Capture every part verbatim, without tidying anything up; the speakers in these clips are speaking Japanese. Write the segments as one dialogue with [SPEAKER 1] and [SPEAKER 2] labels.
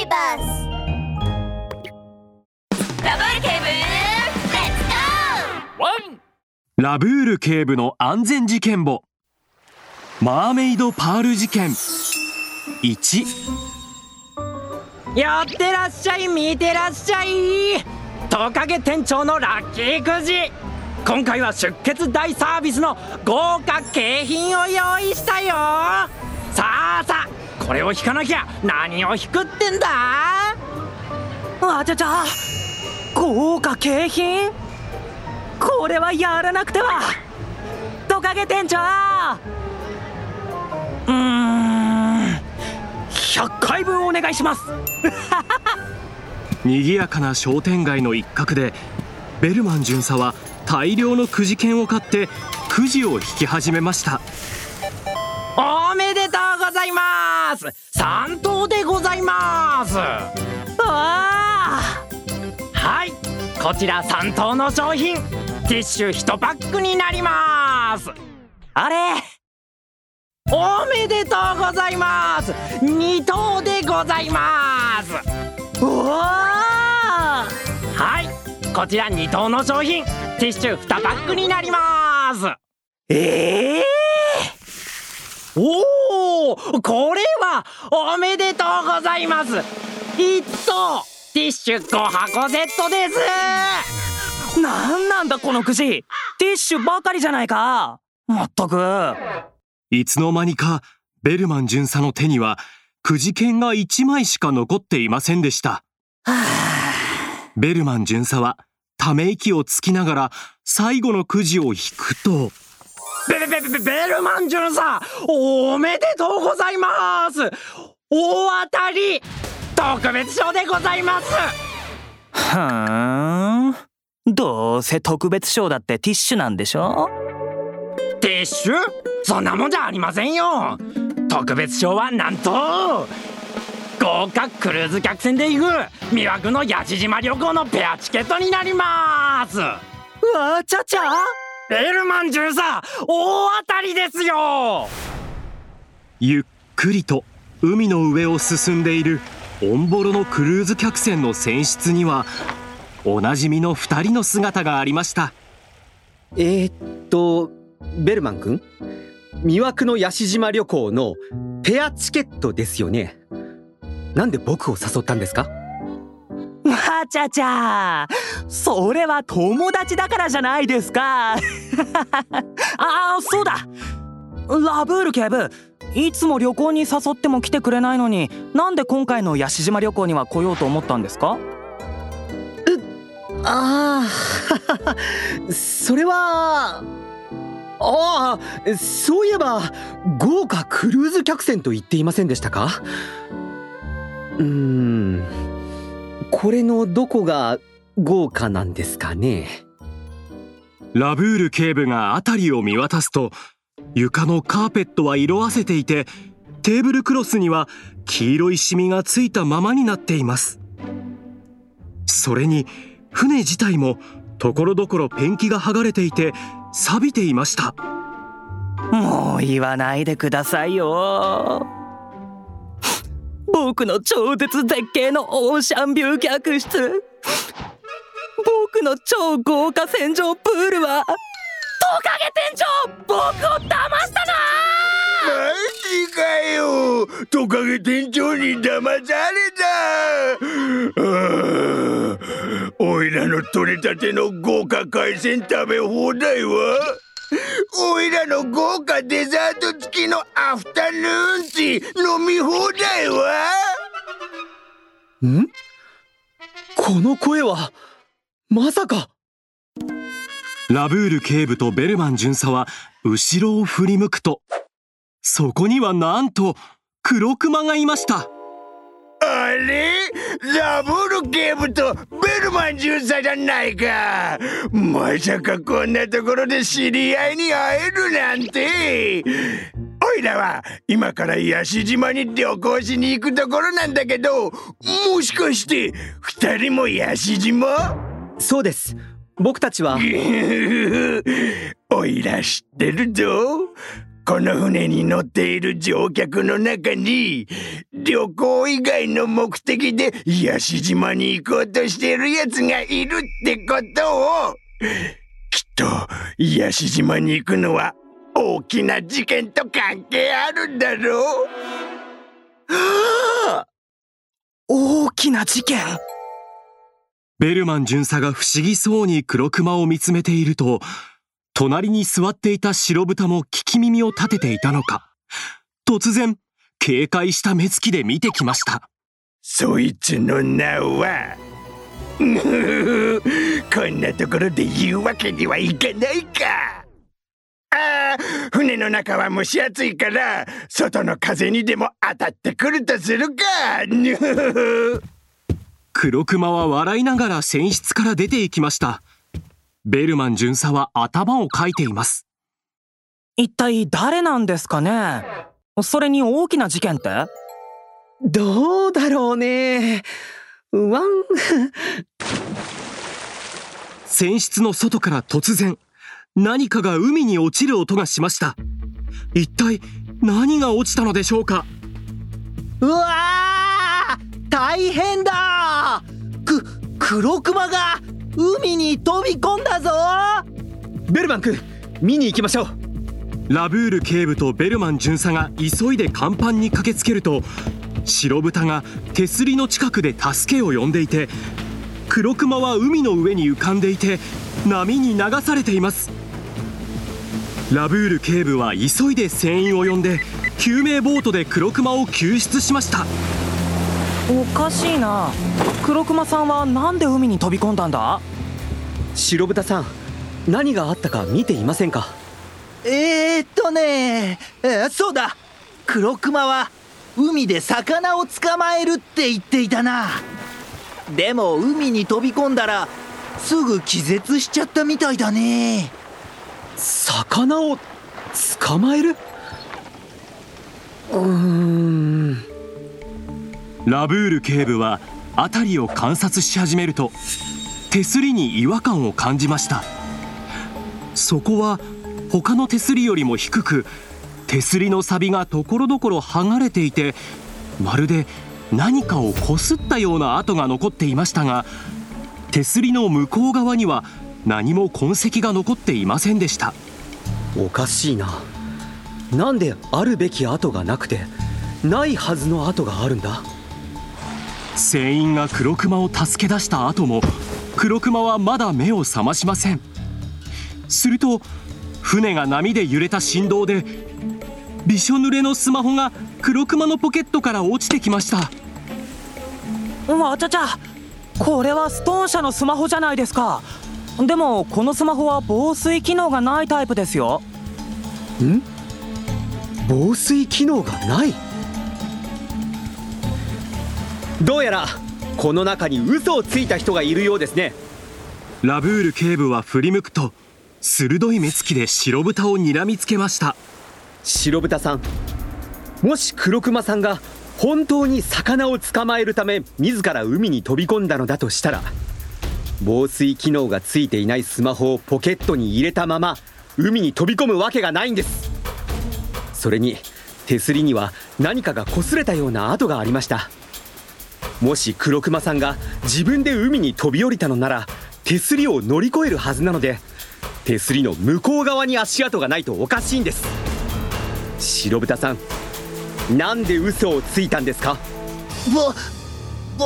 [SPEAKER 1] ーバス。ラブール警部、レッツゴー。ワン。
[SPEAKER 2] ラブール警部の安全事件簿、マーメイドパール事件いち。
[SPEAKER 3] やってらっしゃい、見てらっしゃい。トカゲ店長のラッキーくじ。今回は出血大サービスの豪華景品を用意したよ。さあさあ、これを引かなきゃ。何を引くってんだ。あちゃちゃ、豪華景品、これはやらなくては。トカゲ店長、うーんひゃっかいぶんお願いします。
[SPEAKER 2] 賑やかな商店街の一角でベルマン巡査は大量のくじ券を買ってくじを引き始めました。
[SPEAKER 3] おめでとうございます。さん等でございます。わあ、はい、こちらさん等の商品、ティッシュいちパックになります。あれ、おめでとうございます。に等でございます。うわー、はい、こちらに等の商品、ティッシュにパックになります。ええー、おー、これはおめでとうございます。いっ等ティッシュご箱セットです。なんなんだこのくじ、ティッシュばかりじゃないか。まったく。
[SPEAKER 2] いつの間にかベルマン巡査の手にはくじ券がいちまいしか残っていませんでした。ベルマン巡査はため息をつきながら最後のくじを引くと、
[SPEAKER 3] ベベベベベルマン巡査、おめでとうございます。大当たり特別賞でございます。
[SPEAKER 4] ふーん、どうせ特別賞だってティッシュなんでしょ。
[SPEAKER 3] ティッシュ、そんなもんじゃありませんよ。特別賞はなんと豪華クルーズ客船で行く魅惑のヤシ島旅行のペアチケットになります。わちゃちゃ、ベルマン巡査、大当たりですよ。
[SPEAKER 2] ゆっくりと海の上を進んでいるオンボロのクルーズ客船の船室にはおなじみのふたりの姿がありました。
[SPEAKER 5] えー、っとベルマン君、魅惑のヤシ島旅行のペアチケットですよね。なんで僕を誘ったんですか。
[SPEAKER 4] わちゃちゃ、それは友達だからじゃないですか。ああ、そうだ、ラブール警部、いつも旅行に誘っても来てくれないのに、なんで今回のヤシ島旅行には来ようと思ったんですか。
[SPEAKER 5] ああそれは、ああ、そういえば豪華クルーズ客船と言っていませんでしたか。うーん、これのどこが豪華なんですかね。
[SPEAKER 2] ラブール警部が辺りを見渡すと、床のカーペットは色あせていて、テーブルクロスには黄色いシミがついたままになっています。それに船自体もところどころペンキが剥がれていて錆びていました。
[SPEAKER 4] もう言わないでくださいよ。僕の超絶絶景のオーシャンビュー客室、僕の超豪華船上プールは、トカゲ店長、僕を騙したな。
[SPEAKER 6] マジかよ、トカゲ店長に騙された。ああ、おいらの取れたての豪華海鮮食べ放題は、おいらの豪華デザート付きのアフタヌーンティー飲み放題は。
[SPEAKER 5] ん？この声はまさか。
[SPEAKER 2] ラブール警部とベルマン巡査は後ろを振り向くと、そこにはなんと黒クマがいました。
[SPEAKER 6] あれ、ラブール警部とベルマン巡査じゃないか。まさかこんなところで知り合いに会えるなんて。おいらは今からヤシ島に旅行しに行くところなんだけど、もしかして二人もヤシ島？
[SPEAKER 5] そうです、僕たちは。
[SPEAKER 6] おいら知ってるぞ。 この船に乗っている乗客の中に旅行以外の目的で癒し島に行こうとしているやつがいるってことを。きっと癒し島に行くのは大きな事件と関係あるんだろう。
[SPEAKER 5] はあ、大きな事件。
[SPEAKER 2] ベルマン巡査が不思議そうに黒熊を見つめていると、隣に座っていた白豚も聞き耳を立てていたのか、突然警戒した目つきで見てきました。
[SPEAKER 6] そいつの名はこんなところで言うわけにはいかないか。ああ、船の中は蒸し暑いから外の風にでも当たってくるとするか。
[SPEAKER 2] 黒熊は笑いながら船室から出て行きました。ベルマン巡査は頭をかいています。
[SPEAKER 4] 一体誰なんですかね。それに大きな事件って？
[SPEAKER 5] どうだろうね。ワン
[SPEAKER 2] 船室の外から突然何かが海に落ちる音がしました。一体何が落ちたのでしょうか。
[SPEAKER 7] うわー、大変だ。く黒熊が海に飛び込んだぞ。
[SPEAKER 5] ベルマン君、見に行きましょう。
[SPEAKER 2] ラブール警部とベルマン巡査が急いで甲板に駆けつけると、白豚が手すりの近くで助けを呼んでいて、黒熊は海の上に浮かんでいて波に流されています。ラブール警部は急いで船員を呼んで救命ボートで黒熊を救出しました。
[SPEAKER 4] おかしいな。黒熊さんはなんで海に飛び込んだんだ？
[SPEAKER 5] 白豚さん、何があったか見ていませんか？
[SPEAKER 7] えーっとねえ、そうだ、黒熊は海で魚を捕まえるって言っていたな。でも海に飛び込んだらすぐ気絶しちゃったみたいだね。
[SPEAKER 5] 魚を捕まえる？うーん。
[SPEAKER 2] ラブール警部は辺りを観察し始めると、手すりに違和感を感じました。そこは他の手すりよりも低く、手すりの錆がところどころ剥がれていて、まるで何かをこすったような跡が残っていましたが、手すりの向こう側には何も痕跡が残っていませんでした。
[SPEAKER 5] おかしいな。なんであるべき跡がなくてないはずの跡があるんだ。
[SPEAKER 2] 船員が黒熊を助け出した後も黒熊はまだ目を覚ましません。すると船が波で揺れた振動でびしょ濡れのスマホが黒熊のポケットから落ちてきました。
[SPEAKER 4] わちゃちゃ、これはストーン社のスマホじゃないですか。でもこのスマホは防水機能がないタイプですよ。
[SPEAKER 5] ん？防水機能がない？どうやらこの中に嘘をついた人がいるようですね。
[SPEAKER 2] ラブール警部は振り向くと、鋭い目つきで白豚を睨みつけました。
[SPEAKER 5] 白豚さん、もし黒熊さんが本当に魚を捕まえるため自ら海に飛び込んだのだとしたら、防水機能がついていないスマホをポケットに入れたまま海に飛び込むわけがないんです。それに手すりには何かが擦れたような跡がありました。もし黒熊さんが自分で海に飛び降りたのなら手すりを乗り越えるはずなので、手すりの向こう側に足跡がないとおかしいんです。白豚さん、なんで嘘をついたんですか？
[SPEAKER 7] ぼぼ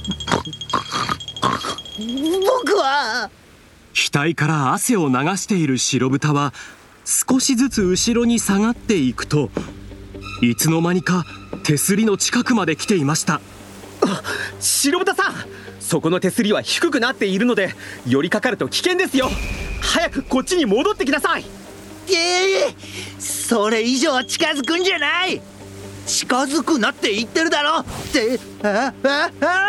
[SPEAKER 7] 僕は
[SPEAKER 2] 額から汗を流している白豚は少しずつ後ろに下がっていくと、いつの間にか手すりの近くまで来ていました。
[SPEAKER 5] あ、白豚さん、そこの手すりは低くなっているので寄りかかると危険ですよ。早くこっちに戻ってきなさい。
[SPEAKER 7] ええ、それ以上近づくんじゃない。近づくなって言ってるだろって。あああ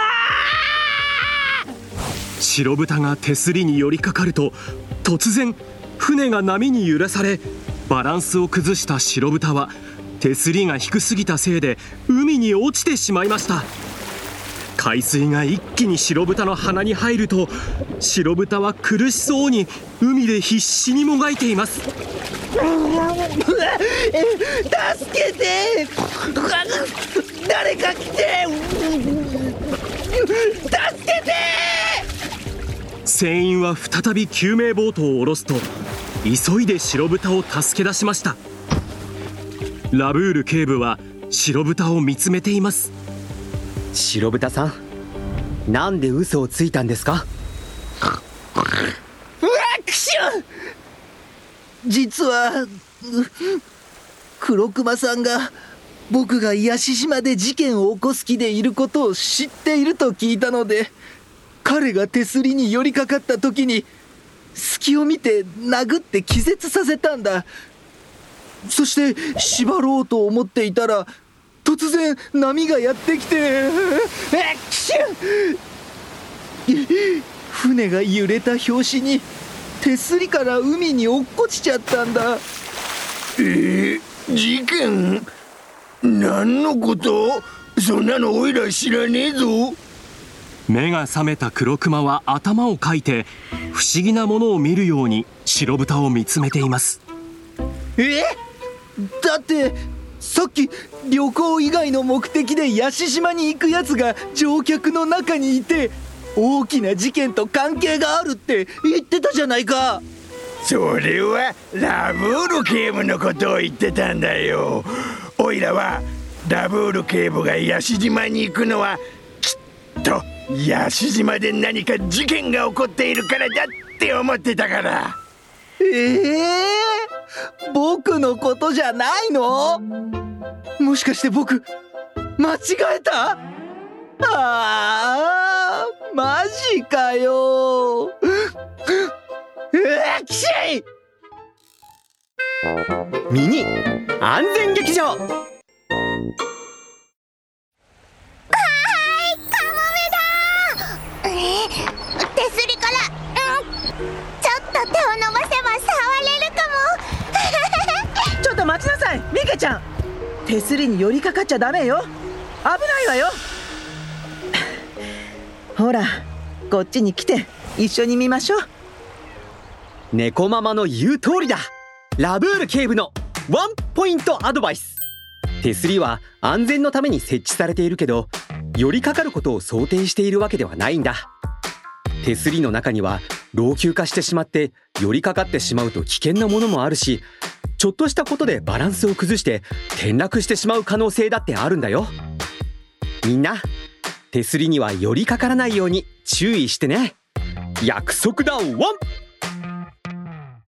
[SPEAKER 2] 白豚が手すりに寄りかかると、突然船が波に揺らされ、バランスを崩した白豚は手すりが低すぎたせいで海に落ちてしまいました。 海水が一気に白豚の鼻に入ると、白豚は苦しそうに海で必死にもがいています。
[SPEAKER 7] 助けて、誰か来て、助けて。
[SPEAKER 2] 船員は再び救命ボートを下ろすと、急いで白豚を助け出しました。ラブール警部は白豚を見つめています。
[SPEAKER 5] 白豚さん、なんで嘘をついたんですか？
[SPEAKER 7] うわっ、くしゅ実は黒熊さんが僕が癒し島で事件を起こす気でいることを知っていると聞いたので、彼が手すりに寄りかかった時に隙を見て殴って気絶させたんだ。そして縛ろうと思っていたら突然波がやってきて、えっきしゅ船が揺れた拍子に手すりから海に落っこちちゃったんだ。
[SPEAKER 6] えー、事件？何のこと？そんなのおいら知らねえぞ。
[SPEAKER 2] 目が覚めた黒熊は頭をかいて、不思議なものを見るように白豚を見つめています。
[SPEAKER 7] え？だってさっき旅行以外の目的で屋久島に行くやつが乗客の中にいて、大きな事件と関係があるって言ってたじゃないか。
[SPEAKER 6] それはラブール警部のことを言ってたんだよ。おいらはラブール警部が屋久島に行くのはきっと屋久島で何か事件が起こっているからだって思ってたから。
[SPEAKER 7] ええー、僕のことじゃないの？もしかして僕間違えた？あー、マジかよ。うわ、きしい。
[SPEAKER 5] ミニ安全劇場。
[SPEAKER 1] えー、手すりから、うん、ちょっと手を伸ばせば触れるかも。
[SPEAKER 8] ちょっと待ちなさい、ミケちゃん。手すりに寄りかかっちゃダメよ。危ないわよ。ほら、こっちに来て一緒に見ましょう。
[SPEAKER 5] 猫ママの言う通りだ。ラブール警部のワンポイントアドバイス。手すりは安全のために設置されているけど、寄りかかることを想定しているわけではないんだ。手すりの中には老朽化してしまって寄りかかってしまうと危険なものもあるし、ちょっとしたことでバランスを崩して転落してしまう可能性だってあるんだよ。みんな、手すりには寄りかからないように注意してね。約束だワン。